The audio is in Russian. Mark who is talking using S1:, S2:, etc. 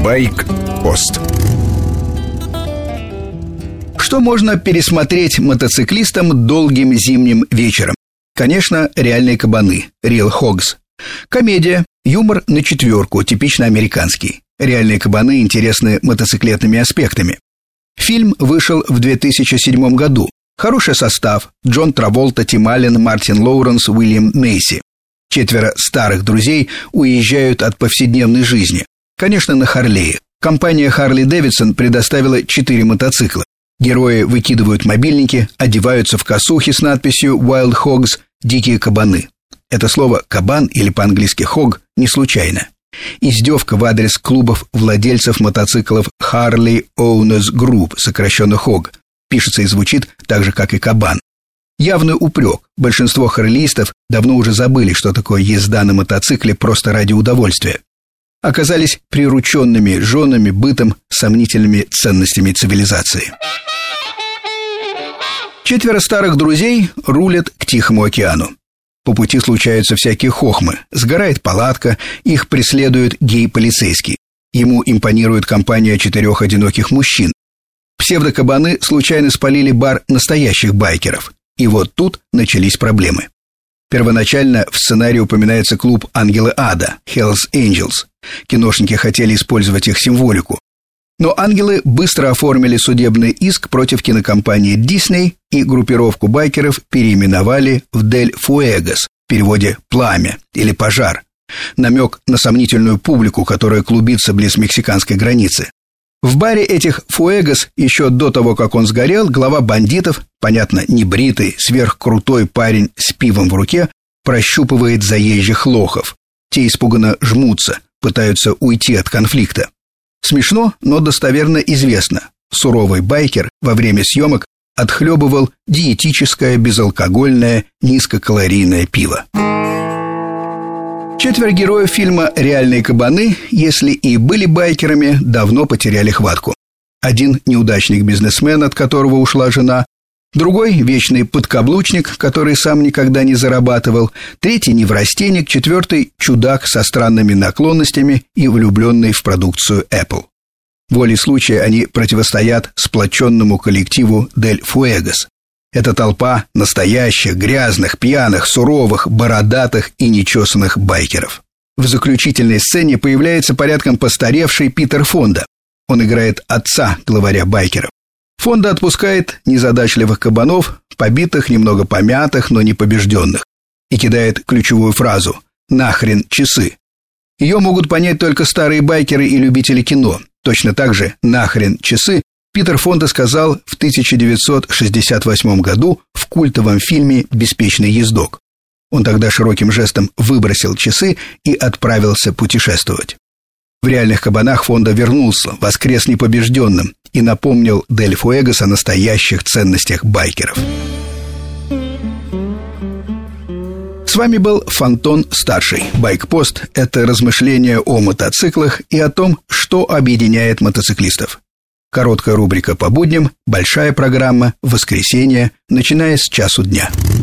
S1: Байк-пост.
S2: Что можно пересмотреть мотоциклистам долгим зимним вечером? Конечно, «Реальные кабаны» (Real Hogs). Комедия, юмор на четверку, типично американский. «Реальные кабаны» интересны мотоциклетными аспектами. Фильм вышел в 2007 году. Хороший состав: Джон Траволта, Тим Аллен, Мартин Лоуренс, Уильям Мейси. 4 старых друзей уезжают от повседневной жизни. Конечно, на Харлее. Компания Harley-Davidson предоставила 4 мотоцикла. Герои выкидывают мобильники, одеваются в косухи с надписью «Wild Hogs» – «Дикие кабаны». Это слово «кабан» или по-английски «hog» не случайно. Издевка в адрес клубов владельцев мотоциклов Harley Owners Group, сокращенно «hog». Пишется и звучит так же, как и «кабан». Явный упрек. Большинство харлеистов давно уже забыли, что такое езда на мотоцикле просто ради удовольствия. Оказались прирученными женами, бытом, сомнительными ценностями цивилизации. 4 старых друзей рулят к Тихому океану. По пути случаются всякие хохмы. Сгорает палатка, их преследует гей-полицейский. Ему импонирует компания 4 одиноких мужчин. Псевдокабаны случайно спалили бар настоящих байкеров. И вот тут начались проблемы. Первоначально в сценарии упоминается клуб «Ангелы Ада» Hells Angels. Киношники хотели использовать их символику. Но ангелы быстро оформили судебный иск против кинокомпании Disney, и группировку байкеров переименовали в Дель Фуэгос, в переводе «пламя» или «пожар». Намек на сомнительную публику, которая клубится близ мексиканской границы. В баре этих Фуэгос, еще до того, как он сгорел, глава бандитов, понятно, небритый, сверхкрутой парень с пивом в руке, прощупывает заезжих лохов. Те испуганно жмутся, пытаются уйти от конфликта. Смешно, но достоверно известно. Суровый байкер во время съемок отхлебывал диетическое, безалкогольное, низкокалорийное пиво. 4 героев фильма «Реальные кабаны», если и были байкерами, давно потеряли хватку. Один неудачник-бизнесмен, от которого ушла жена, другой – вечный подкаблучник, который сам никогда не зарабатывал, третий – неврастенник, 4 – чудак со странными наклонностями и влюбленный в продукцию Apple. Волей случая они противостоят сплоченному коллективу Дель Фуэгос. Это толпа настоящих, грязных, пьяных, суровых, бородатых и нечесанных байкеров. В заключительной сцене появляется порядком постаревший Питер Фонда. Он играет отца главаря байкеров. Фонда отпускает незадачливых кабанов, побитых, немного помятых, но не побежденных, и кидает ключевую фразу «Нахрен часы». Ее могут понять только старые байкеры и любители кино. Точно так же «Нахрен часы» Питер Фонда сказал в 1968 году в культовом фильме «Беспечный ездок». Он тогда широким жестом выбросил часы и отправился путешествовать. В «Реальных кабанах» Фонда вернулся, воскрес непобежденным и напомнил Дель Фуэгос о настоящих ценностях байкеров. С вами был Фонтон-старший. Байк-пост – это размышления о мотоциклах и о том, что объединяет мотоциклистов. Короткая рубрика по будням, большая программа в воскресенье, начиная с часу дня.